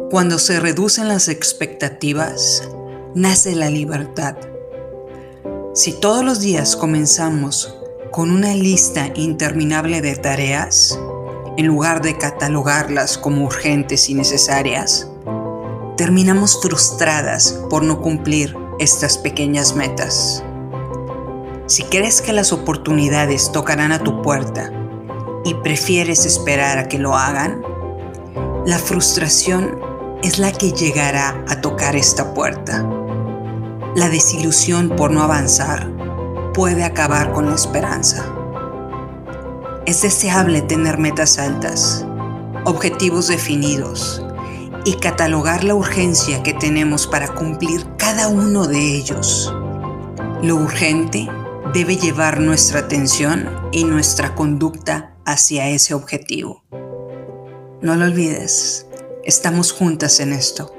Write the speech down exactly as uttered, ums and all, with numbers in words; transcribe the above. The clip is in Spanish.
Cuando se reducen las expectativas, nace la libertad. Si todos los días comenzamos con una lista interminable de tareas, en lugar de catalogarlas como urgentes y necesarias, terminamos frustradas por no cumplir estas pequeñas metas. Si crees que las oportunidades tocarán a tu puerta y prefieres esperar a que lo hagan, la frustración es la que llegará a tocar esta puerta. La desilusión por no avanzar puede acabar con la esperanza. Es deseable tener metas altas, objetivos definidos y catalogar la urgencia que tenemos para cumplir cada uno de ellos. Lo urgente debe llevar nuestra atención y nuestra conducta hacia ese objetivo. No lo olvides, estamos juntas en esto.